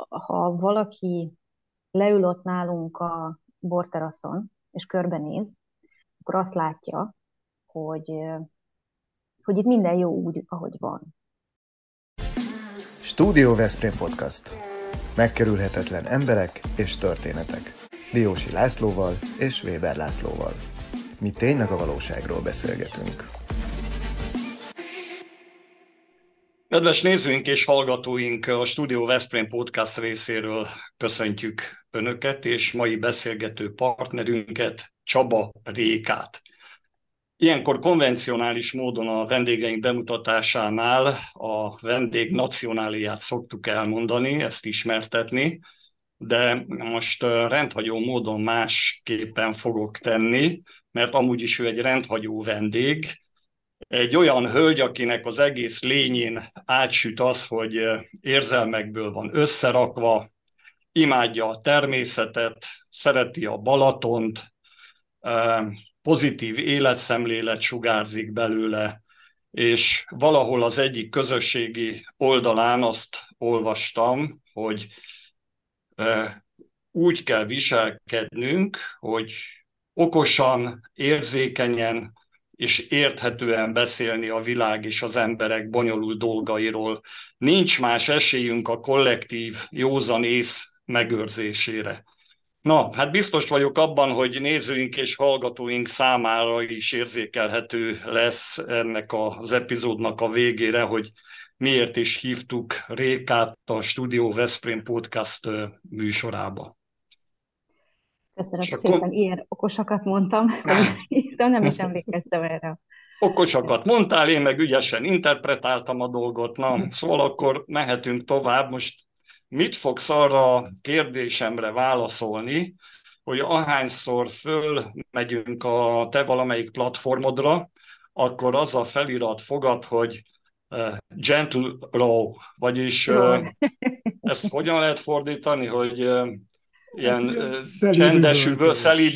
ha valaki leül ott nálunk a borteraszon, és körbenéz, akkor azt látja, hogy, hogy itt minden jó úgy, ahogy van. Stúdió Veszprém Podcast. Megkerülhetetlen emberek és történetek. Diósi Lászlóval és Weber Lászlóval. Mi tényleg a valóságról beszélgetünk. Kedves nézőink és hallgatóink, a Stúdió Veszprém Podcast részéről köszöntjük Önöket és mai beszélgető partnerünket, Csaba Rékát. Ilyenkor konvencionális módon a vendégeink bemutatásánál a vendég nacionáliát szoktuk elmondani, ezt ismertetni, de most rendhagyó módon másképpen fogok tenni, mert amúgy is ő egy rendhagyó vendég, egy olyan hölgy, akinek az egész lényén átsüt az, hogy érzelmekből van összerakva, imádja a természetet, szereti a Balatont, pozitív életszemlélet sugárzik belőle, és valahol az egyik közösségi oldalán azt olvastam, hogy úgy kell viselkednünk, hogy okosan, érzékenyen és érthetően beszélni a világ és az emberek bonyolult dolgairól. Nincs más esélyünk a kollektív józanész megőrzésére. Na, hát biztos vagyok abban, hogy nézőink és hallgatóink számára is érzékelhető lesz ennek az epizódnak a végére, hogy miért is hívtuk Rékát a Stúdió Veszprém Podcast műsorába. Köszönöm szépen, ilyen okosakat mondtam, nem is emlékeztem erre. Okosakat mondtál, én meg ügyesen interpretáltam a dolgot. Na, szóval akkor mehetünk tovább. Most mit fogsz arra a kérdésemre válaszolni, hogy ahányszor fölmegyünk a te valamelyik platformodra, akkor az a felirat fogad, hogy gentle row, vagyis ezt hogyan lehet fordítani, hogy ilyen csendes szelíd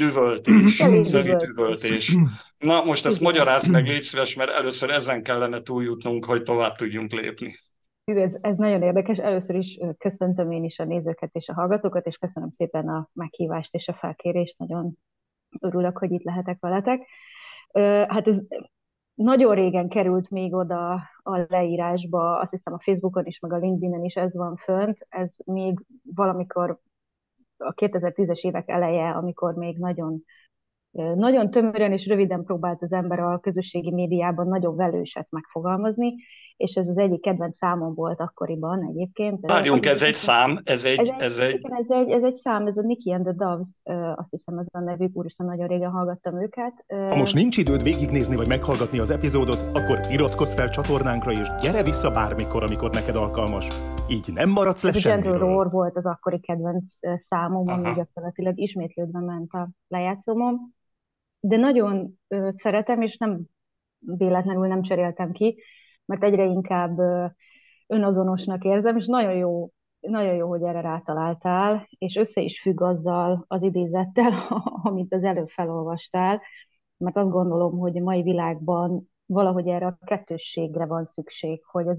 üvöltés. Na, most ezt magyarázd meg, légy szíves, mert először ezen kellene túljutnunk, hogy tovább tudjunk lépni. Ez nagyon érdekes. Először is köszöntöm én is a nézőket és a hallgatókat, és köszönöm szépen a meghívást és a felkérést. Nagyon örülök, hogy itt lehetek veletek. Hát ez nagyon régen került még oda a leírásba, azt hiszem a Facebookon is, meg a LinkedIn-en is ez van fönt. Ez még valamikor a 2010-es évek eleje, amikor még nagyon tömören és röviden próbált az ember a közösségi médiában nagyon velőset megfogalmazni, és ez az egyik kedvenc számom volt akkoriban egyébként. Várjunk, ez egy szám? Ez egy szám, ez a Nicky and the Doves, azt hiszem ez a nevük, úristen, nagyon régen hallgattam őket. Ha most nincs időd végignézni vagy meghallgatni az epizódot, akkor iratkozz fel csatornánkra, és gyere vissza bármikor, amikor neked alkalmas. Így nem maradsz le semmiről. Gentle Roar volt az akkori kedvenc számom, ami gyakorlatilag ismétlődve ment a lejátszómon. De nagyon szeretem, és nem véletlenül nem cseréltem ki, mert egyre inkább önazonosnak érzem, és nagyon jó, hogy erre rátaláltál, és össze is függ azzal az idézettel, amit az előbb felolvastál, mert azt gondolom, hogy a mai világban valahogy erre a kettősségre van szükség,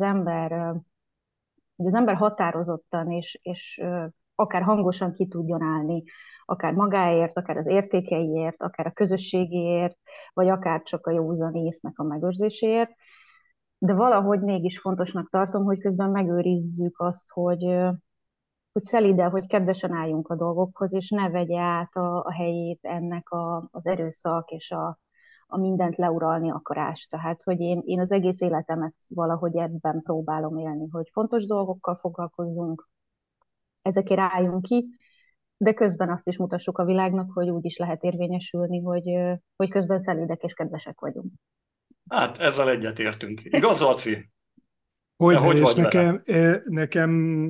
hogy az ember határozottan és akár hangosan ki tudjon állni, akár magáért, akár az értékeiért, akár a közösségéért, vagy akár csak a józan észnek a megőrzéséért. De valahogy mégis fontosnak tartom, hogy közben megőrizzük azt, hogy szelíden, hogy kedvesen álljunk a dolgokhoz, és ne vegye át a helyét ennek az erőszak és a mindent leuralni akarás. Tehát, hogy én az egész életemet valahogy ebben próbálom élni, hogy fontos dolgokkal foglalkozzunk, ezekért álljunk ki, de közben azt is mutassuk a világnak, hogy úgy is lehet érvényesülni, hogy közben szelídek és kedvesek vagyunk. Hát ezzel egyetértünk. Igaz, Laci? Hogy és nekem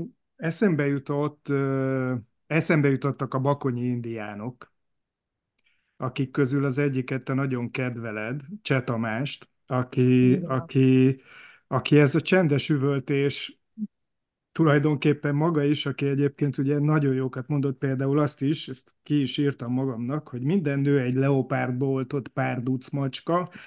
eszembe jutottak a bakonyi indiánok, akik közül az egyiket te nagyon kedveled, Cseh Tamást, aki ez a csendes üvöltés tulajdonképpen maga is, aki egyébként ugye nagyon jókat mondott, például azt is, ezt ki is írtam magamnak, hogy minden nő egy leopárdba oltott párduc macska,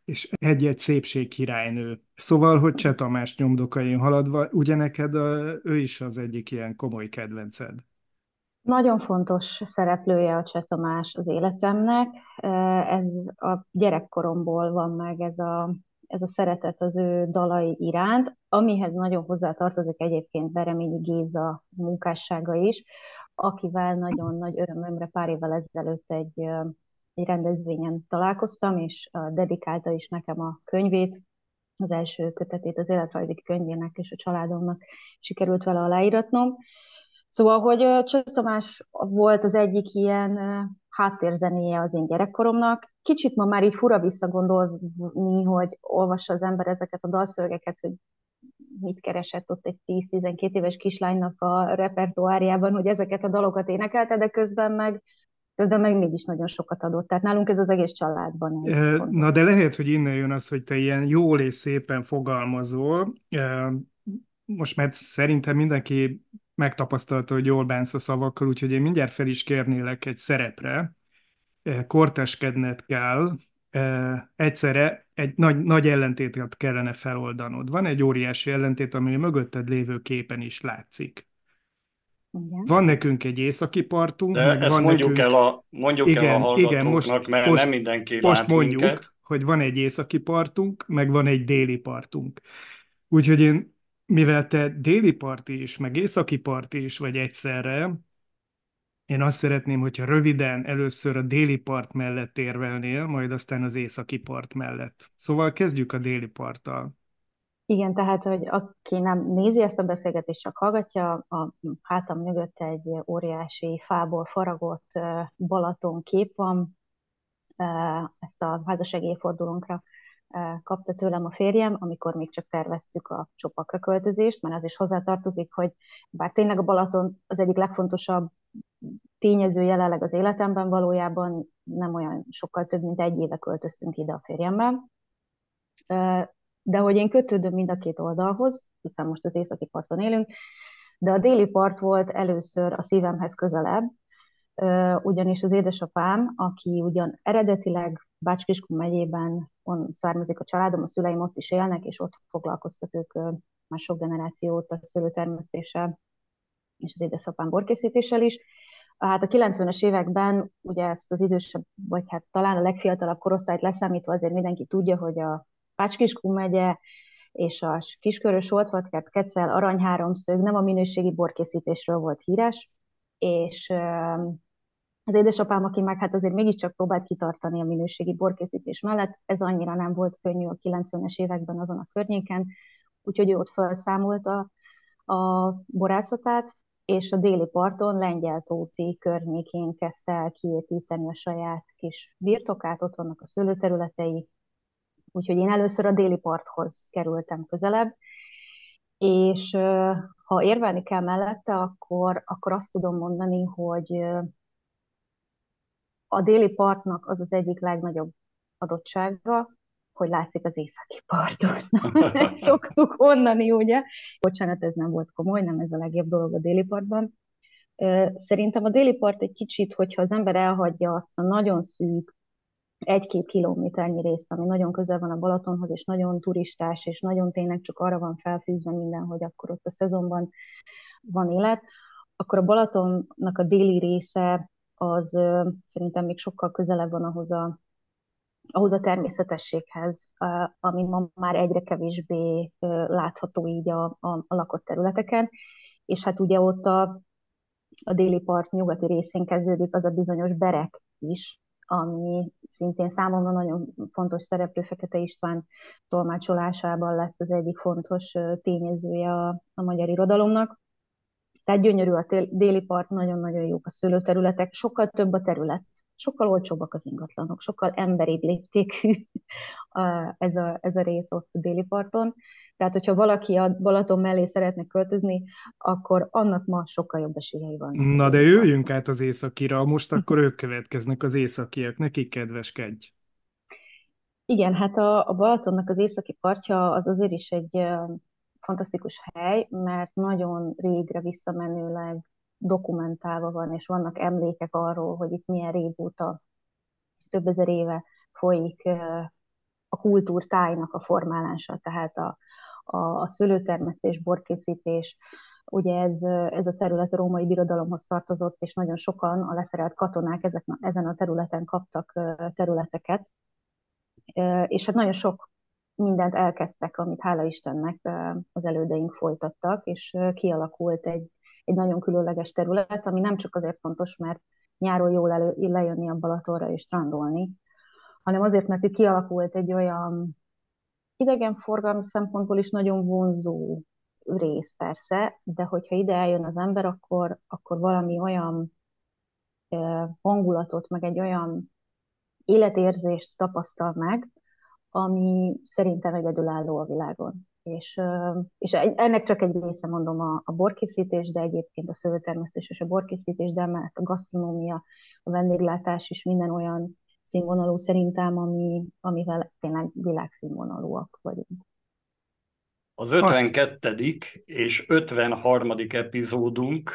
és egy-egy szépségkirálynő. Szóval, hogy Cseh Tamás nyomdokain haladva, ugye neked ő is az egyik ilyen komoly kedvenced. Nagyon fontos szereplője a Cseh Tamás az életemnek. Ez a gyerekkoromból van meg ez a szeretet az ő dalai iránt, amihez nagyon hozzátartozik egyébként Bereményi Géza munkássága is, akivel nagyon nagy örömömre pár évvel ezelőtt egy rendezvényen találkoztam, és dedikálta is nekem a könyvét, az első kötetét az életrajzi könyvének és a családomnak sikerült vele aláíratnom. Szóval, hogy Cseh Tamás volt az egyik ilyen háttérzenéje az én gyerekkoromnak. Kicsit ma már így fura visszagondolni, hogy olvassa az ember ezeket a dalszövegeket, hogy mit keresett ott egy 10-12 éves kislánynak a repertoárjában, hogy ezeket a dalokat énekelte, de közben meg mégis nagyon sokat adott. Tehát nálunk ez az egész családban egy fontos. Na de lehet, hogy innen jön az, hogy te ilyen jól és szépen fogalmazol. Most már szerintem mindenki megtapasztalta, hogy jól bánsz a szavakkal, úgyhogy én mindjárt fel is kérnélek egy szerepre. Korteskedned kell, egyszerre egy nagy ellentétet kellene feloldanod. Van egy óriási ellentét, ami a mögötted lévő képen is látszik. Igen. Van nekünk egy északi partunk, De meg ezt van nekünk... mondjuk el a Igen, hallgatóknak, mert nem most, mindenki most lát mondjuk, minket. hogy van egy északi partunk, meg van egy déli partunk. Úgyhogy én, mivel te déli parti is, meg északi parti is vagy egyszerre, én azt szeretném, hogyha röviden először a déli part mellett érvelnél, majd aztán az északi part mellett. Szóval kezdjük a déli parttal. Igen, tehát, hogy aki nem nézi ezt a beszélgetést, csak hallgatja, a hátam mögött egy óriási fából faragott Balaton kép van. Ezt a házassági évfordulónkra kapta tőlem a férjem, amikor még csak terveztük a Csopakra költözést, mert az is hozzátartozik, hogy bár tényleg a Balaton az egyik legfontosabb tényező jelenleg az életemben, valójában nem olyan sokkal több, mint egy éve költöztünk ide a férjemmel. De hogy én kötődöm mind a két oldalhoz, hiszen most az északi parton élünk, de a déli part volt először a szívemhez közelebb, ugyanis az édesapám, aki ugyan eredetileg Bács-Kiskun megyében származik a családom, a szüleim ott is élnek, és ott foglalkoztak ők már sok generációt a szőlőtermesztéssel, és az édesapám borkészítéssel is. Hát a 90-es években ugye ezt az idősebb, vagy hát talán a legfiatalabb korosztályt leszámítva azért mindenki tudja, hogy a Bács-Kiskun megye és a Kiskörös Oltvatkert, Kecel, Arany-háromszög nem a minőségi borkészítésről volt híres, és az édesapám, aki meg hát azért mégiscsak próbált kitartani a minőségi borkészítés mellett, ez annyira nem volt könnyű a 90-es években azon a környéken, úgyhogy ő ott felszámolta a borászatát, és a déli parton, Lengyeltóci környékén kezdte el kiépíteni a saját kis birtokát, ott vannak a szőlőterületei, úgyhogy én először a déli parthoz kerültem közelebb, és ha érvelni kell mellette, akkor azt tudom mondani, hogy a déli partnak az az egyik legnagyobb adottsága, hogy látszik az északi parton. Ezt szoktuk mondani, ugye? Bocsánat, ez nem volt komoly, nem ez a legjobb dolog a déli partban. Szerintem a déli part egy kicsit, hogyha az ember elhagyja azt a nagyon szűk, 1-2 kilométernyi részt, ami nagyon közel van a Balatonhoz, és nagyon turistás, és nagyon tényleg csak arra van felfűzve minden, hogy akkor ott a szezonban van élet, akkor a Balatonnak a déli része az szerintem még sokkal közelebb van ahhoz a természetességhez, ami ma már egyre kevésbé látható így a lakott területeken. És hát ugye ott a déli part nyugati részén kezdődik az a bizonyos Berek is, ami szintén számomra nagyon fontos szereplő, Fekete István tolmácsolásában lett az egyik fontos tényezője a magyar irodalomnak. Tehát gyönyörű a déli part, nagyon-nagyon jók a szőlőterületek, sokkal több a terület, sokkal olcsóbbak az ingatlanok, sokkal emberibb léptékű ez a rész ott a déli parton. Tehát, hogyha valaki a Balaton mellé szeretne költözni, akkor annak ma sokkal jobb esélyei vannak a Na de déli parton. jöjjünk át az északira, most akkor ők következnek, az északiak, nekik kedveskedj. Igen, hát a Balatonnak az északi partja az azért is egy fantasztikus hely, mert nagyon régre visszamenőleg dokumentálva van, és vannak emlékek arról, hogy itt milyen régóta, több ezer éve folyik a kultúrtájnak a formálása, tehát a szőlőtermesztés, borkészítés, ugye ez a terület a római birodalomhoz tartozott, és nagyon sokan a leszerelt katonák ezen a területen kaptak területeket, és hát nagyon sok mindent elkezdtek, amit hála Istennek az elődeink folytattak, és kialakult egy nagyon különleges terület, ami nem csak azért fontos, mert nyáron jól lejönni a Balatonra és strandolni, hanem azért, mert itt kialakult egy olyan idegenforgalmi szempontból is nagyon vonzó rész persze, de hogyha ide eljön az ember, akkor valami olyan hangulatot, meg egy olyan életérzést tapasztal meg, ami szerintem egyedülálló a világon. És ennek csak egy része, mondom, a borkészítés, de egyébként a szőlőtermesztés és a borkészítés, de emellett a gasztronómia, a vendéglátás is minden olyan színvonalú szerintem, amivel tényleg világszínvonalúak vagyunk. Az Azt 52. és 53. epizódunk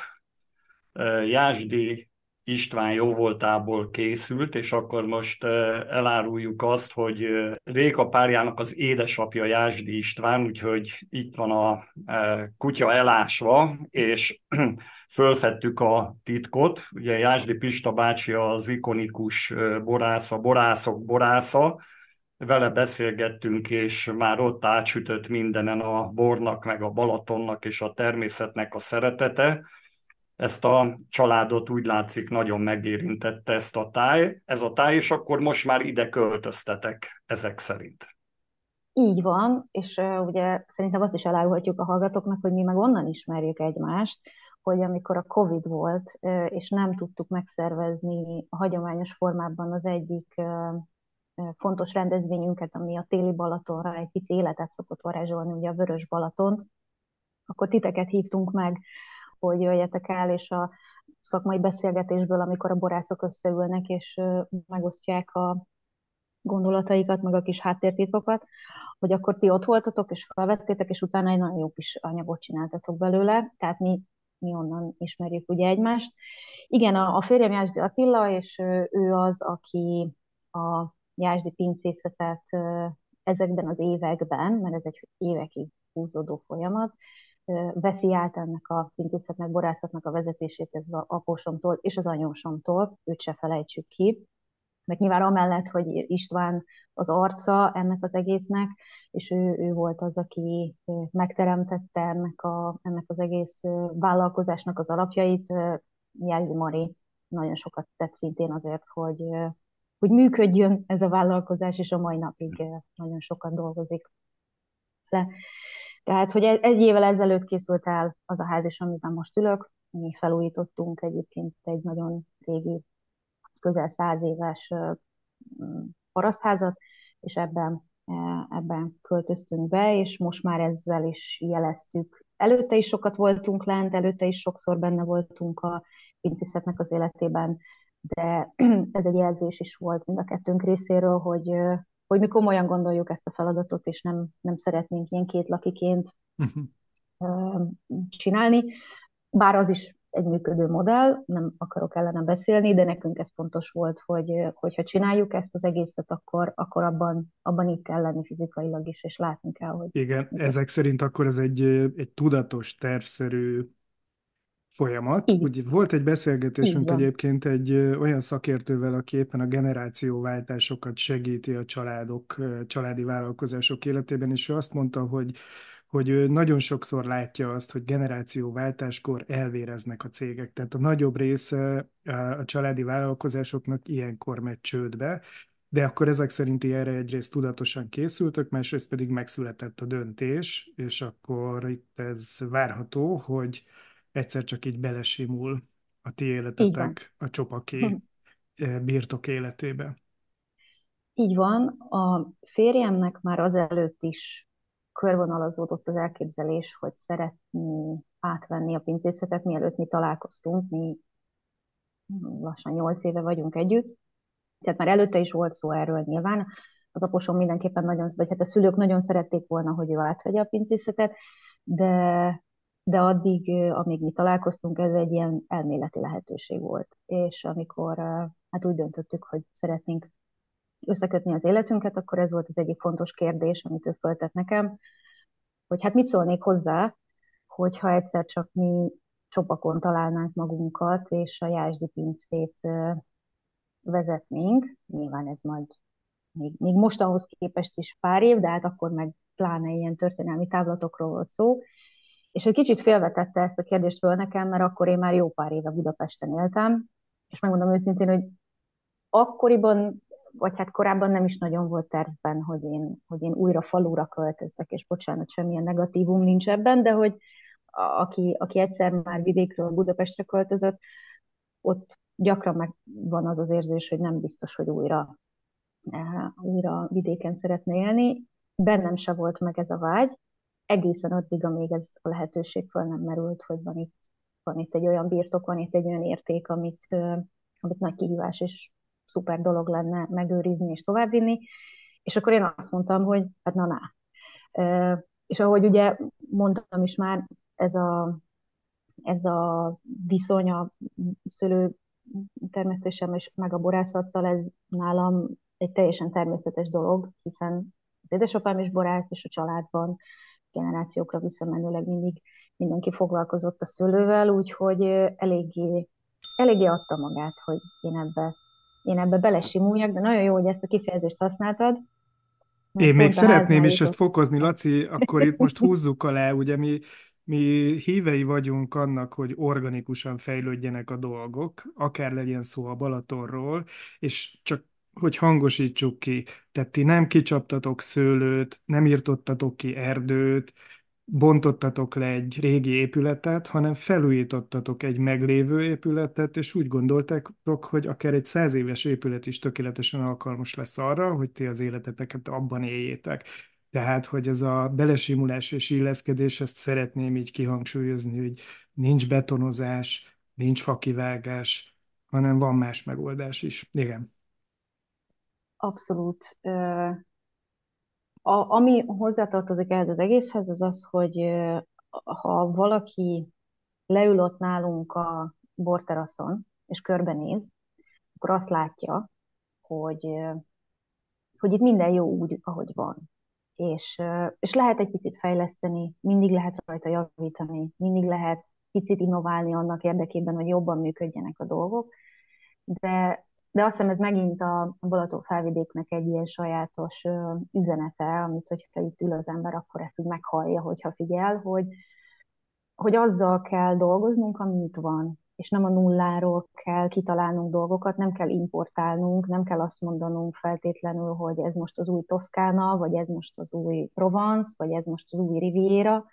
Jásdi István jóvoltából készült, és akkor most eláruljuk azt, hogy Réka párjának az édesapja Jásdi István, úgyhogy itt van a kutya elásva, és fölfedtük a titkot. Ugye Jásdi Pista bácsi az ikonikus borász, a borászok borásza, vele beszélgettünk, és már ott átsütött mindenen a bornak, meg a Balatonnak és a természetnek a szeretete. Ezt a családot úgy látszik nagyon megérintette ez a táj, és akkor most már ide költöztetek ezek szerint. Így van, és ugye szerintem azt is elárulhatjuk a hallgatóknak, hogy mi meg onnan ismerjük egymást, hogy amikor a Covid volt, és nem tudtuk megszervezni a hagyományos formában az egyik fontos rendezvényünket, ami a téli Balatonra egy pici életet szokott varázsolni, ugye a Vörös Balatont, akkor titeket hívtunk meg, hogy jöjjetek el, és a szakmai beszélgetésből, amikor a borászok összeülnek, és megosztják a gondolataikat, meg a kis háttértitkokat, hogy akkor ti ott voltatok, és felvettétek, és utána egy nagyon jó kis anyagot csináltatok belőle, tehát mi onnan ismerjük ugye egymást. Igen, a férjem Jásdi Attila, és ő az, aki a Jásdi pincészetet ezekben az években, mert ez egy évekig húzódó folyamat, veszi át ennek a pincészetnek, borászatnak a vezetését, ez az apósomtól és az anyósomtól, őt se felejtsük ki. Meg nyilván amellett, hogy István az arca ennek az egésznek, és ő volt az, aki megteremtette ennek az egész vállalkozásnak az alapjait. Jásdi Mari nagyon sokat tett szintén azért, hogy működjön ez a vállalkozás, és a mai napig nagyon sokat dolgozik le. Tehát, hogy egy évvel ezelőtt készült el az a ház is, amiben most ülök. Mi felújítottunk egyébként egy nagyon régi, közel 100 éves parasztházat, és ebben költöztünk be, és most már ezzel is jeleztük. Előtte is sokat voltunk lent, előtte is sokszor benne voltunk a pincészetnek az életében, de ez egy jelzés is volt mind a kettőnk részéről, hogy mi komolyan gondoljuk ezt a feladatot, és nem szeretnénk ilyen kétlakiként csinálni, bár az is egy működő modell, nem akarok ellene beszélni, de nekünk ez fontos volt, hogyha csináljuk ezt az egészet, akkor abban itt kell lenni fizikailag is, és látni kell, hogy... igen, ezek szerint akkor ez egy tudatos, tervszerű folyamat. Így, Ugye volt egy így beszélgetésünk van. egyébként egy olyan szakértővel, aki éppen a generációváltásokat segíti a családi vállalkozások életében, és ő azt mondta, hogy ő nagyon sokszor látja azt, hogy generációváltáskor elvéreznek a cégek. Tehát a nagyobb része a családi vállalkozásoknak ilyenkor megy csődbe, de akkor ezek szerinti erre egyrészt tudatosan készültök, másrészt pedig megszületett a döntés, és akkor itt ez várható, hogy egyszer csak így belesimul a ti Így van. életetek a csopaké birtok életébe. Így van. A férjemnek már azelőtt is körvonalazódott az elképzelés, hogy szeretné átvenni a pincészetet, mielőtt mi találkoztunk. Mi lassan 8 éve vagyunk együtt, tehát már előtte is volt szó erről nyilván. Az aposom mindenképpen nagyon, vagy hát a szülők nagyon szerették volna, hogy ő átvegye a pincészetet, de addig, amíg mi találkoztunk, ez egy ilyen elméleti lehetőség volt. És amikor hát úgy döntöttük, hogy szeretnénk összekötni az életünket, akkor ez volt az egyik fontos kérdés, amit ő föltett nekem, hogy hát mit szólnék hozzá, hogyha egyszer csak mi Csopakon találnánk magunkat, és a Jászdi pincét vezetnénk. Nyilván ez majd még most ahhoz képest is pár év, de hát akkor meg pláne ilyen történelmi távlatokról volt szó. És egy kicsit félvetette ezt a kérdést föl nekem, mert akkor én már jó pár éve Budapesten éltem, és megmondom őszintén, hogy akkoriban, vagy hát korábban nem is nagyon volt tervben, hogy én újra falura költözzek, és bocsánat, semmilyen negatívum nincs ebben, de hogy aki egyszer már vidékről Budapestre költözött, ott gyakran meg van az az érzés, hogy nem biztos, hogy újra vidéken szeretne élni. Bennem se volt meg ez a vágy, egészen addig, amíg ez a lehetőség föl nem merült, hogy van itt egy olyan birtok, van itt egy olyan érték, amit nagy kihívás és szuper dolog lenne megőrizni és továbbvinni. És akkor én azt mondtam, hogy hát na. És ahogy ugye mondtam is már, ez a viszony a szőlő termesztésem és meg a borászattal, ez nálam egy teljesen természetes dolog, hiszen az édesapám is borász, és a családban generációkra visszamenőleg mindig mindenki foglalkozott a szőlővel, úgyhogy eléggé adta magát, hogy én ebbe belesimuljak, de nagyon jó, hogy ezt a kifejezést használtad. Én még szeretném is ezt jutott. fokozni, Laci, akkor itt most húzzuk alá, ugye mi hívei vagyunk annak, hogy organikusan fejlődjenek a dolgok, akár legyen szó a Balatonról, és csak hogy hangosítsuk ki, tehát ti nem kicsaptatok szőlőt, nem írtottatok ki erdőt, bontottatok le egy régi épületet, hanem felújítottatok egy meglévő épületet, és úgy gondoltátok, hogy akár egy 100 éves épület is tökéletesen alkalmas lesz arra, hogy ti az életeteket abban éljétek. Tehát, hogy ez a belesimulás és illeszkedés, ezt szeretném így kihangsúlyozni, hogy nincs betonozás, nincs fakivágás, hanem van más megoldás is. Igen. Abszolút. Ami hozzátartozik ehhez az egészhez, az az, hogy ha valaki leül ott nálunk a borteraszon, és körbenéz, akkor azt látja, hogy itt minden jó úgy, ahogy van. És lehet egy picit fejleszteni, mindig lehet rajta javítani, mindig lehet picit innoválni annak érdekében, hogy jobban működjenek a dolgok, de azt hiszem ez megint a Balaton felvidéknek egy ilyen sajátos üzenete, amit hogyha itt ül az ember, akkor ezt úgy meghallja, hogyha figyel, hogy azzal kell dolgoznunk, ami itt van, és nem a nulláról kell kitalálnunk dolgokat, nem kell importálnunk, nem kell azt mondanunk feltétlenül, hogy ez most az új Toszkána, vagy ez most az új Provence, vagy ez most az új Riviera,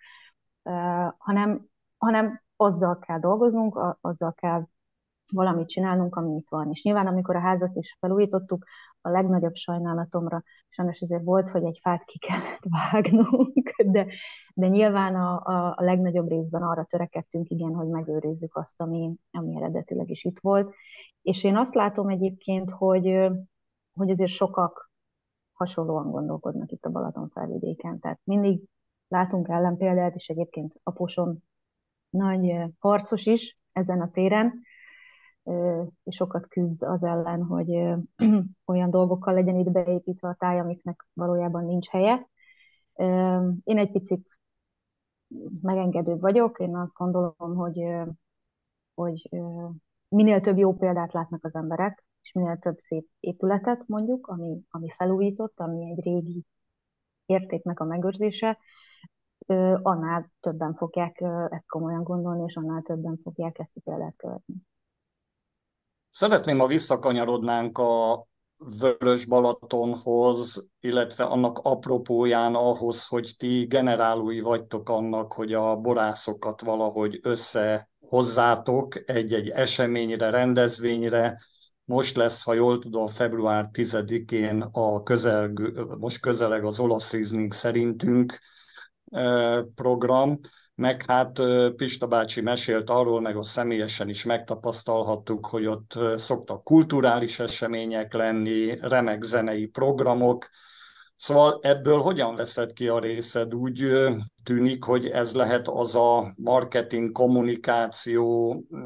hanem azzal kell dolgoznunk, azzal kell valamit csinálnunk, ami itt van. És nyilván, amikor a házat is felújítottuk, a legnagyobb sajnálatomra, sajnos azért volt, hogy egy fát ki kellett vágnunk, de nyilván a legnagyobb részben arra törekedtünk, igen, hogy megőrizzük azt, ami eredetileg is itt volt. És én azt látom egyébként, hogy azért sokak hasonlóan gondolkodnak itt a Balaton felvidéken. Tehát mindig látunk ellenpéldát, és egyébként apósom nagy harcos is ezen a téren, és sokat küzd az ellen, hogy olyan dolgokkal legyen itt beépítve a táj, amiknek valójában nincs helye. Én egy picit megengedőbb vagyok, én azt gondolom, hogy minél több jó példát látnak az emberek, és minél több szép épületet mondjuk, ami felújított, ami egy régi értéknek a megőrzése, annál többen fogják ezt komolyan gondolni, és annál többen fogják ezt a példát követni. Szeretném, ha visszakanyarodnánk a Vörös Balatonhoz, illetve annak apropóján ahhoz, hogy ti generálói vagytok annak, hogy a borászokat valahogy összehozzátok egy-egy eseményre, rendezvényre. Most lesz, ha jól tudom, február 10-én most közeleg az olasz Riesling szerintünk program, meg hát Pista bácsi mesélt arról, meg a személyesen is megtapasztalhattuk, hogy ott szoktak kulturális események lenni, remek zenei programok. Szóval ebből hogyan veszed ki a részed? Úgy tűnik, hogy ez lehet az a marketing, kommunikáció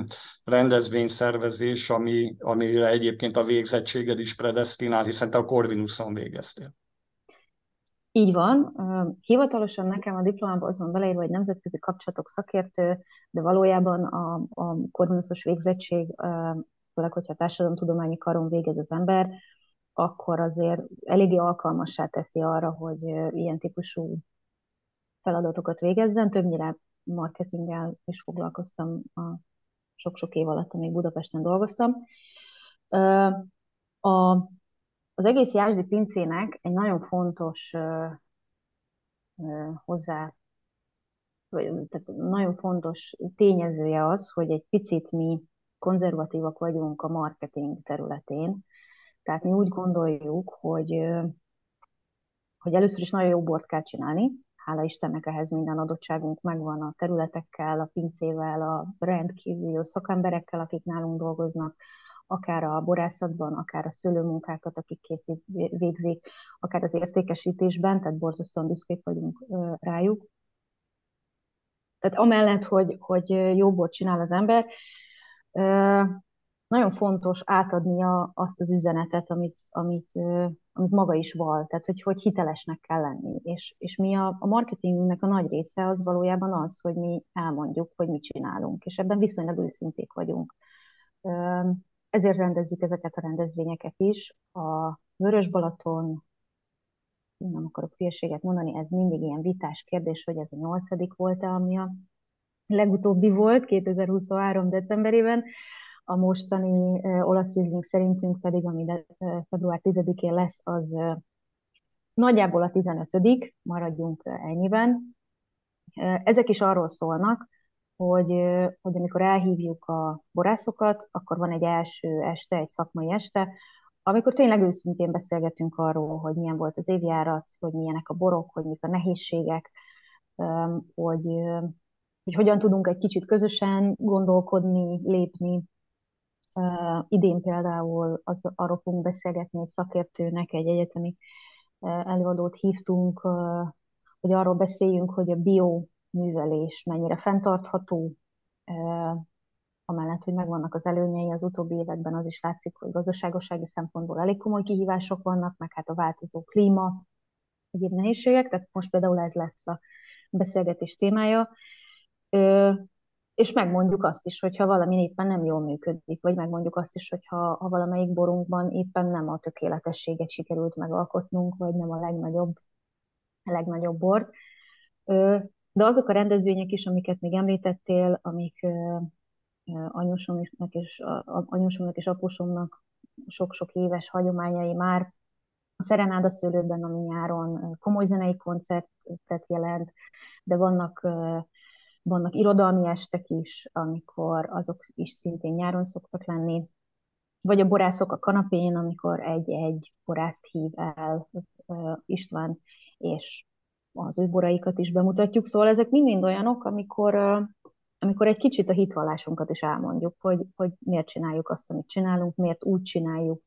rendezvényszervezés, amire egyébként a végzettséged is predesztinál, hiszen te a Corvinuson végeztél. Így van. Hivatalosan nekem a diplomában az van beleírva, hogy nemzetközi kapcsolatok szakértő, de valójában a Corvinusos végzettség, főleg, hogyha társadalomtudományi karon végez az ember, akkor azért eléggé alkalmassá teszi arra, hogy ilyen típusú feladatokat végezzen. Többnyire marketinggel is foglalkoztam a sok-sok év alatt, amíg Budapesten dolgoztam. Az egész Jászdi pincének egy nagyon fontos hozzá, tehát nagyon fontos tényezője az, hogy egy picit mi konzervatívak vagyunk a marketing területén. Tehát mi úgy gondoljuk, hogy először is nagyon jó bort kell csinálni. Hála Istennek ehhez minden adottságunk megvan a területekkel, a pincével, a rendkívül jó szakemberekkel, akik nálunk dolgoznak, akár a borászatban, akár a szőlőmunkákat, akik végzik, akár az értékesítésben, tehát borzasztóan büszkék vagyunk rájuk. Tehát amellett, hogy jó bort csinál az ember, nagyon fontos átadnia azt az üzenetet, amit maga is val, tehát hogy hitelesnek kell lenni. És mi a marketingünknek a nagy része az valójában az, hogy mi elmondjuk, hogy mit csinálunk, és ebben viszonylag őszinték vagyunk. Ezért rendezzük ezeket a rendezvényeket is. A Vörösbalaton, nem akarok hülyeséget mondani, ez mindig ilyen vitás kérdés, hogy ez a 8. volt-e, ami a legutóbbi volt, 2023. decemberében. A mostani olasz Riesling szerintünk pedig, ami február 10-én lesz, az nagyjából a 15. maradjunk ennyiben. Ezek is arról szólnak, hogy amikor elhívjuk a borászokat, akkor van egy első este, egy szakmai este, amikor tényleg őszintén beszélgetünk arról, hogy milyen volt az évjárat, hogy milyenek a borok, hogy mik a nehézségek, hogy hogyan tudunk egy kicsit közösen gondolkodni, lépni. Idén például arról fogunk beszélgetni egy szakértőnek, egy egyetemi előadót hívtunk, hogy arról beszéljünk, hogy a bioművelés mennyire fenntartható, amellett, hogy megvannak az előnyei, az utóbbi években az is látszik, hogy gazdaságossági szempontból elég komoly kihívások vannak, meg hát a változó klíma, egyéb nehézségek, tehát most például ez lesz a beszélgetés témája. És megmondjuk azt is, hogyha valami éppen nem jól működik, vagy megmondjuk azt is, hogyha valamelyik borunkban éppen nem a tökéletességet sikerült megalkotnunk, vagy nem a legnagyobb bor. De azok a rendezvények is, amiket még említettél, amik anyósomnak és apósomnak sok-sok éves hagyományai már, a Serenáda szőlőben, ami nyáron komoly zenei koncertet jelent, de vannak irodalmi estek is, amikor azok is szintén nyáron szoktak lenni, vagy a borászok a kanapén, amikor egy borászt hív el az István, és az ő boraikat is bemutatjuk. Szóval ezek mind olyanok, amikor egy kicsit a hitvallásunkat is elmondjuk, hogy miért csináljuk azt, amit csinálunk, miért úgy csináljuk,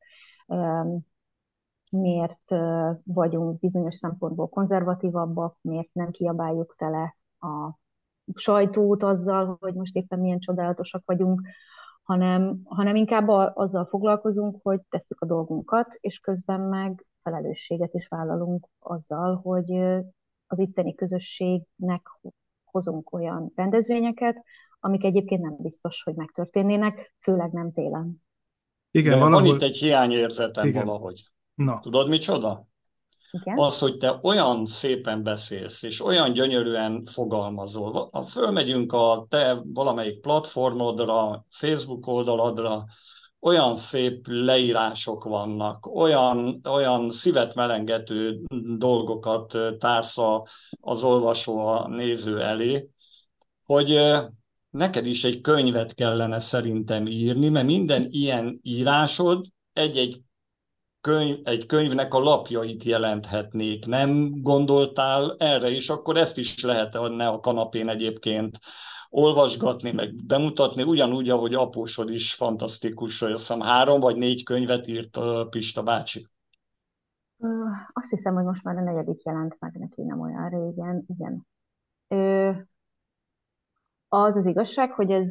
miért vagyunk bizonyos szempontból konzervatívabbak, miért nem kiabáljuk tele a sajtót azzal, hogy most éppen milyen csodálatosak vagyunk, hanem inkább azzal foglalkozunk, hogy tesszük a dolgunkat, és közben meg felelősséget is vállalunk azzal, hogy az itteni közösségnek hozunk olyan rendezvényeket, amik egyébként nem biztos, hogy megtörténnének, főleg nem télen. Igen, de valahol... van itt egy hiányérzetem Igen. valahogy. Na. Tudod, micsoda? Igen? Az, hogy te olyan szépen beszélsz, és olyan gyönyörűen fogalmazol. Fölmegyünk a te valamelyik platformodra, Facebook oldaladra, olyan szép leírások vannak, olyan szívet melengető dolgokat társz az olvasó, a néző elé, hogy neked is egy könyvet kellene szerintem írni, mert minden ilyen írásod egy könyvnek a lapjait jelenthetnék. Nem gondoltál erre is? Akkor ezt is lehetne a kanapén egyébként olvasgatni, meg bemutatni, ugyanúgy, ahogy apósod is fantasztikus, hogy azt hiszem 3 vagy 4 könyvet írt Pista bácsi. Azt hiszem, hogy most már a 4. jelent meg neki nem olyan régen, igen. Az igazság, hogy ez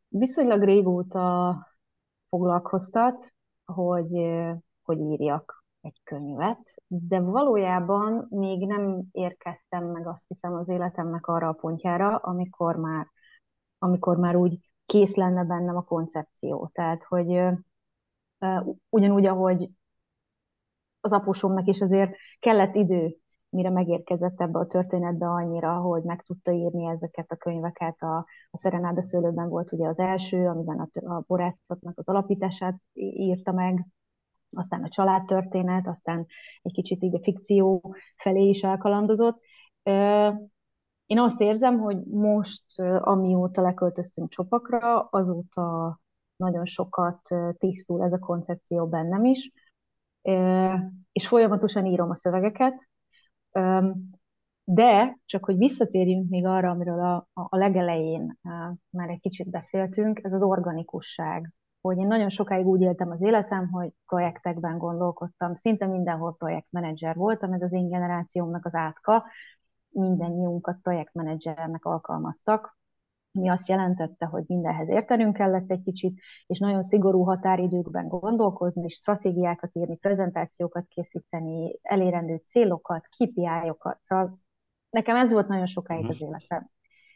viszonylag régóta foglalkoztat, hogy, hogy írjak egy könyvet, de valójában még nem érkeztem meg, azt hiszem, az életemnek arra a pontjára, amikor már úgy kész lenne bennem a koncepció. Tehát, hogy ugyanúgy, ahogy az apósomnak is azért kellett idő, mire megérkezett ebbe a történetbe annyira, hogy meg tudta írni ezeket a könyveket. A Szerenáda szőlőben volt ugye az első, amiben a borászatnak az alapítását írta meg, aztán a családtörténet, aztán egy kicsit így a fikció felé is elkalandozott. Én azt érzem, hogy most, amióta leköltöztünk Csopakra, azóta nagyon sokat tisztul ez a koncepció bennem is, és folyamatosan írom a szövegeket, de csak hogy visszatérjünk még arra, amiről a legelején már egy kicsit beszéltünk, ez az organikusság. Hogy én nagyon sokáig úgy éltem az életem, hogy projektekben gondolkodtam, szinte mindenhol projektmenedzser voltam, ez az én generációmnak az átka, mindennyiunkat projektmenedzsernek alkalmaztak, ami azt jelentette, hogy mindenhez értenünk kellett egy kicsit, és nagyon szigorú határidőkben gondolkozni, stratégiákat írni, prezentációkat készíteni, elérendő célokat, KPI-okat. Szóval nekem ez volt nagyon sokáig az életem.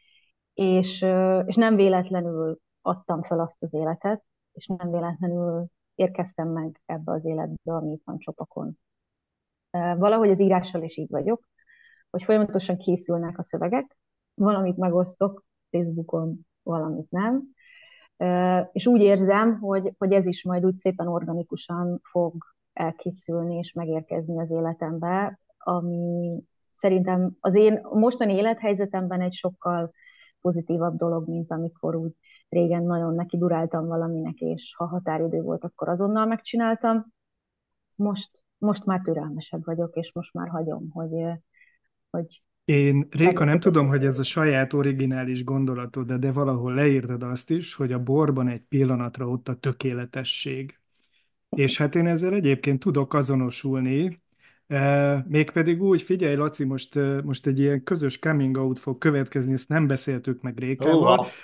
És nem véletlenül adtam fel azt az életet, és nem véletlenül érkeztem meg ebbe az életbe, ami itt van Csopakon. Valahogy az írással is így vagyok, hogy folyamatosan készülnek a szövegek, valamit megosztok Facebookon, valamit nem, és úgy érzem, hogy ez is majd úgy szépen organikusan fog elkészülni és megérkezni az életembe, ami szerintem az én mostani élethelyzetemben egy sokkal pozitívabb dolog, mint amikor úgy régen nagyon neki duráltam valaminek, és ha határidő volt, akkor azonnal megcsináltam. Most már türelmesebb vagyok, és most már hagyom, hogy Én, Réka, nem megosztok a tudom, hogy ez a szövegeket. saját originális gondolatod, de valahol leírtad azt is, hogy a borban egy pillanatra ott a tökéletesség. És hát én ezzel egyébként tudok azonosulni, mégpedig úgy, figyelj, Laci, most egy ilyen közös coming out fog következni, ezt nem beszéltük meg Rékával. Húha!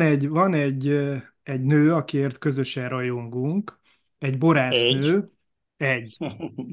Egy nő, akiért közösen rajongunk, egy Egy. borásznő, egy.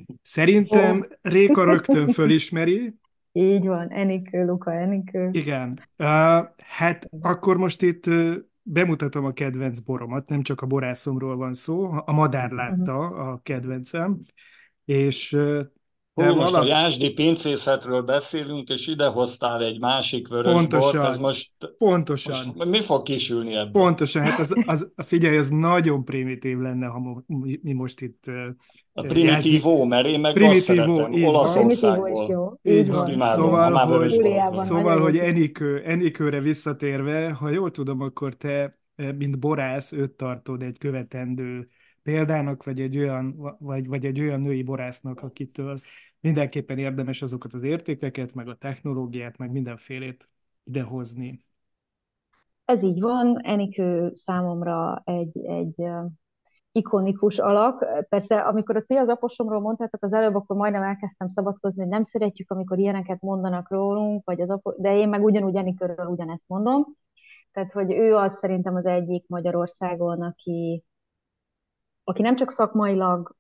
Ó, Szerintem Réka rögtön fölismeri. így van, Enikő, Luka, Enikő. Igen. Hát akkor most itt bemutatom a kedvenc boromat, nem csak a borászomról van szó, a madár Uh-huh. látta a kedvencem, és te Hú, most a valami Jászdi pincészetről beszélünk, és idehoztál egy másik vörösbort, ez pontosan, most pontosan, mi fog kisülni ebből? pontosan, hát figyelj, az nagyon primitív lenne, ha mi most itt A Jászdi primitívó, mert én meg azt primitívó, szeretem, így A van, primitívó is Olaszországból. jó, így így Azt van. van. imádom, ha Szóval, már hogy vörösborról Júliában van. nagyon Szóval, jó. hogy Enikőre visszatérve, ha jól tudom, akkor te, mint borász, őt tartod egy követendő példának, vagy egy olyan női borásznak, akitől mindenképpen érdemes azokat az értékeket, meg a technológiát, meg mindenfélét idehozni. Ez így van, Enikő számomra egy ikonikus alak. Persze, amikor a ti az aposomról mondtátok az előbb, akkor majdnem elkezdtem szabadkozni, hogy nem szeretjük, amikor ilyeneket mondanak rólunk, de én meg ugyanúgy Enikőről ugyanezt mondom. Tehát, hogy ő az szerintem az egyik Magyarországon, aki nem csak szakmailag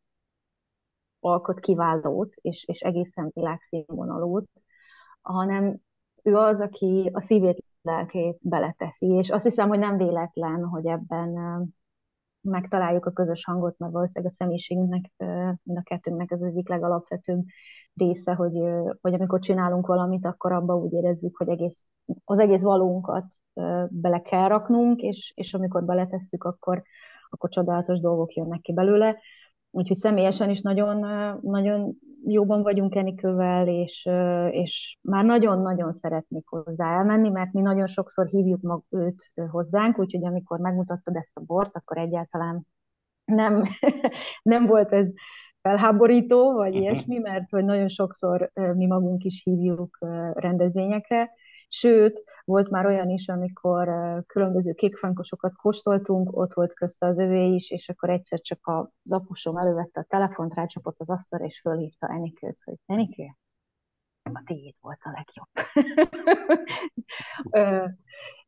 alkot kiválót, és egészen világszínvonalút, hanem ő az, aki a szívét, lelkét beleteszi, és azt hiszem, hogy nem véletlen, hogy ebben megtaláljuk a közös hangot, mert valószínűleg a személyiségünknek, mind a kettőnknek ez az egyik legalapvetőbb része, hogy amikor csinálunk valamit, akkor abba úgy érezzük, hogy az egész valónkat bele kell raknunk, és amikor beletesszük, akkor csodálatos dolgok jönnek ki belőle. Úgyhogy személyesen is nagyon, nagyon jóban vagyunk Enikővel, és már nagyon-nagyon szeretnék hozzá elmenni, mert mi nagyon sokszor hívjuk őt hozzánk, úgyhogy amikor megmutattad ezt a bort, akkor egyáltalán nem, nem volt ez felháborító, vagy ilyesmi, mert hogy nagyon sokszor mi magunk is hívjuk rendezvényekre, sőt, volt már olyan is, amikor különböző kékfrankosokat kóstoltunk, ott volt közte az övé is, és akkor egyszer csak az apusom elővette a telefont, rácsapott az asztalra, és fölhívta Enikőt, hogy Enikő, a tiéd volt a legjobb.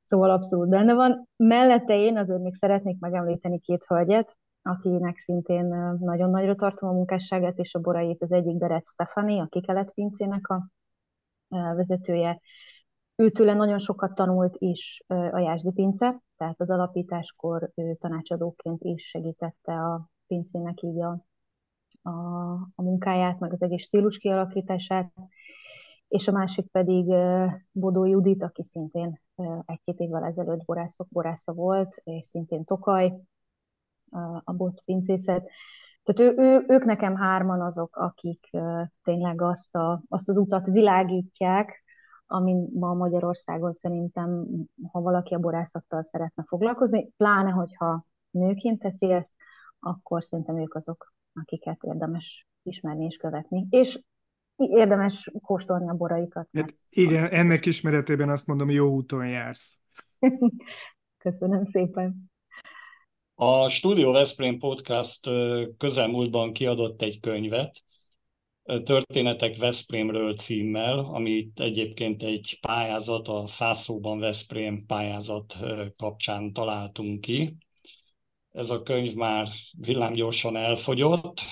Szóval abszolút benne van. Mellette én azért még szeretnék megemlíteni két hölgyet, akinek szintén nagyon nagyra tartom a munkásságát és a borait. Az egyik Beret Stefani, a Kikelet pincének a vezetője. Őtőle nagyon sokat tanult is a Jászdi Pince, tehát az alapításkor ő tanácsadóként is segítette a pincének így a, a munkáját, meg az egész stílus kialakítását. És a másik pedig Bodó Judit, aki szintén egy-két évvel ezelőtt borásza volt, és szintén Tokaj, a bot pincészet. Tehát ők nekem hárman azok, akik tényleg azt az utat világítják, amin ma Magyarországon szerintem, ha valaki a borászattal szeretne foglalkozni, pláne, hogyha nőként teszi ezt, akkor szerintem ők azok, akiket érdemes ismerni és követni. És érdemes kóstolni a boraikat. Hát igen, ennek ismeretében azt mondom, jó úton jársz. Köszönöm szépen. A Studio Veszprém Podcast közelmúltban kiadott egy könyvet, Történetek Veszprémről címmel, amit egyébként egy pályázat, a 100 szóban Veszprém pályázat kapcsán találtunk ki. Ez a könyv már villámgyorsan elfogyott.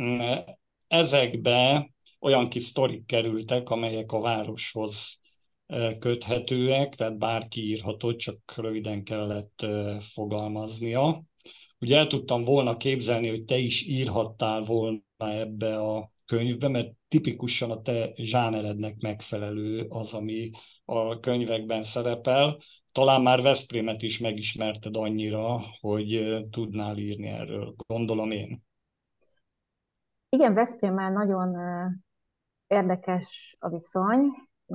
Ezekbe olyan kis sztorik kerültek, amelyek a városhoz köthetőek, tehát bárki írhatott, csak röviden kellett fogalmaznia. Ugye el tudtam volna képzelni, hogy te is írhattál volna ebbe a könyvbe, mert tipikusan a te zsánerednek megfelelő az, ami a könyvekben szerepel. Talán már Veszprémet is megismerted annyira, hogy tudnál írni erről, gondolom én. Igen, Veszprémmel nagyon érdekes a viszony,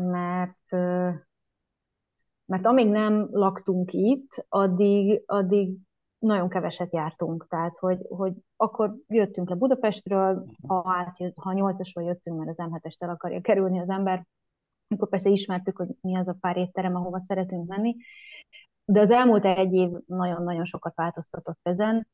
mert amíg nem laktunk itt, addig nagyon keveset jártunk. Tehát, hogy akkor jöttünk le Budapestről, ha 8-asról jöttünk, mert az M7-est el akarja kerülni az ember, akkor persze ismertük, hogy mi az a pár étterem, ahova szeretünk menni. De az elmúlt egy év nagyon-nagyon sokat változtatott ezen,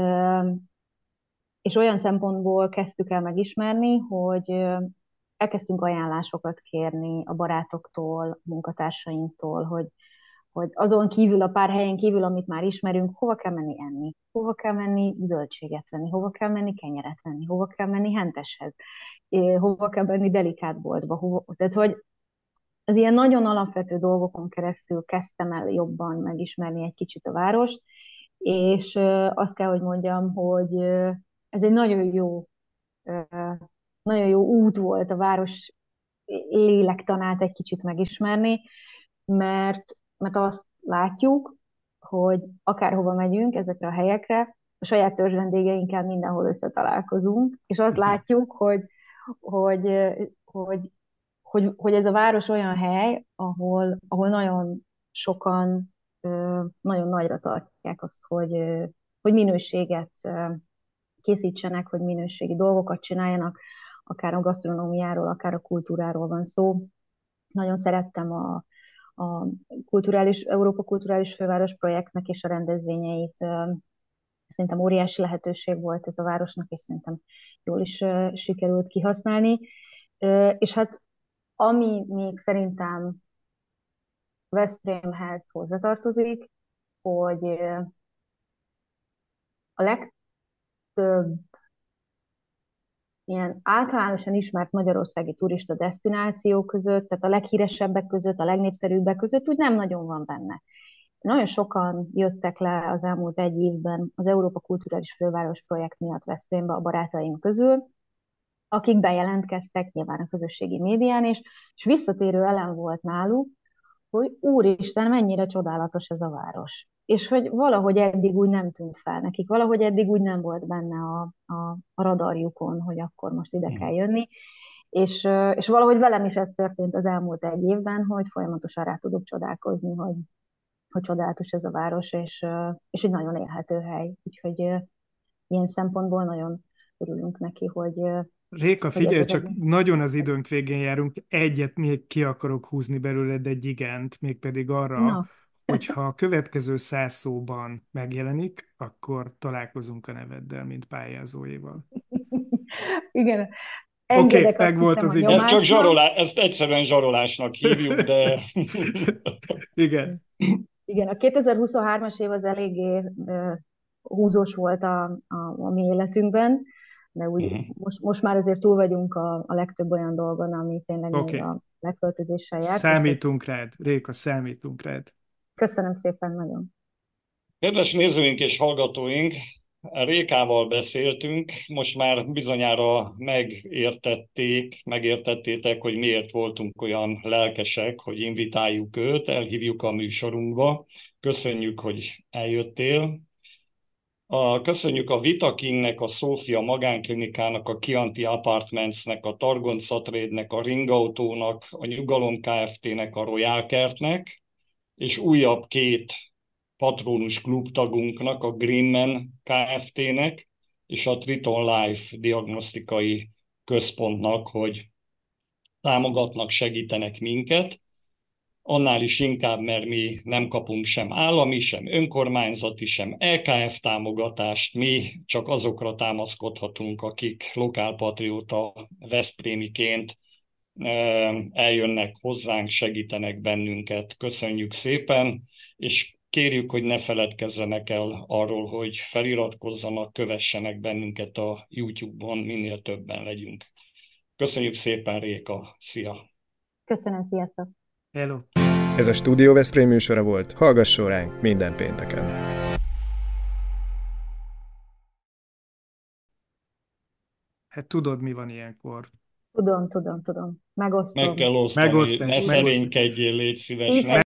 és olyan szempontból kezdtük el megismerni, hogy elkezdtünk ajánlásokat kérni a barátoktól, a munkatársainktól, hogy azon kívül, a pár helyen kívül, amit már ismerünk, hova kell menni enni, hova kell menni zöldséget venni, hova kell menni kenyeret venni, hova kell menni henteshez, hova kell menni delikát boltba, tehát hogy az ilyen nagyon alapvető dolgokon keresztül kezdtem el jobban megismerni egy kicsit a várost, és azt kell, hogy mondjam, hogy ez egy nagyon jó út volt a város lélektanát egy kicsit megismerni, mert azt látjuk, hogy akárhova megyünk ezekre a helyekre, a saját törzsvendégeinkkel mindenhol összetalálkozunk, és azt látjuk, hogy, hogy ez a város olyan hely, ahol nagyon sokan nagyon nagyra tartják azt, hogy minőséget készítsenek, hogy minőségi dolgokat csináljanak, akár a gasztronómiáról, akár a kultúráról van szó. Nagyon szerettem a Európa Kulturális Főváros projektnek és a rendezvényeit. Szerintem óriási lehetőség volt ez a városnak, és szerintem jól is sikerült kihasználni. És hát ami még szerintem Veszprémhez hozzatartozik, hogy a legtöbb ilyen általánosan ismert magyarországi turista desztináció között, tehát a leghíresebbek között, a legnépszerűbbek között úgy nem nagyon van benne. Nagyon sokan jöttek le az elmúlt egy évben az Európa Kulturális Főváros projekt miatt Veszprémbe a barátaim közül, akik bejelentkeztek nyilván a közösségi médián, és visszatérő elem volt náluk, hogy úristen, mennyire csodálatos ez a város. És hogy valahogy eddig úgy nem tűnt fel nekik, valahogy eddig úgy nem volt benne a radarjukon, hogy akkor most ide kell jönni. És valahogy velem is ez történt az elmúlt egy évben, hogy folyamatosan rá tudok csodálkozni, hogy csodálatos ez a város, és egy nagyon élhető hely. Úgyhogy ilyen szempontból nagyon örülünk neki, hogy Réka, figyelj, csak nagyon az időnk végén járunk, egyet még ki akarok húzni belőled, egy igent, mégpedig arra, hogyha a következő 100 szóban megjelenik, akkor találkozunk a neveddel, mint pályázóival. Igen. Oké, megvolt az igaz. Ez csak zsarolás, ezt egyszerűen zsarolásnak hívjuk, de... Igen. Igen, a 2023-as év az eléggé húzós volt a mi életünkben, de úgy most már azért túl vagyunk a legtöbb olyan dolgon, ami tényleg még Oké. a leköltözéssel járt. Számítunk rád, Réka, számítunk rád. Köszönöm szépen nagyon. Kedves nézőink és hallgatóink, Rékával beszéltünk, most már bizonyára megértettétek, hogy miért voltunk olyan lelkesek, hogy invitáljuk őt, elhívjuk a műsorunkba. Köszönjük, hogy eljöttél. Köszönjük a Vitakingnek, a Szófia Magánklinikának, a Chianti Apartmentsnek, a Targonca Trade-nek, a Ringautónak, a Nyugalom Kft-nek, a Royal Kertnek, és újabb 2 patronus klubtagunknak, a Greenman Kft-nek és a Triton Life diagnosztikai központnak, hogy támogatnak, segítenek minket. Annál is inkább, mert mi nem kapunk sem állami, sem önkormányzati, sem LKF támogatást, mi csak azokra támaszkodhatunk, akik lokálpatrióta veszprémiként eljönnek hozzánk, segítenek bennünket. Köszönjük szépen, és kérjük, hogy ne feledkezzenek el arról, hogy feliratkozzanak, kövessenek bennünket a YouTube-on, minél többen legyünk. Köszönjük szépen, Réka! Szia! Köszönöm, sziasztok! Hello! Ez a Stúdió Veszprém műsora volt, hallgasson ránk minden pénteken! Hát tudod, mi van ilyenkor. Tudom. Megosztom. Meg kell osztani, Megosztás, ne szerénykedjél, légy szíves.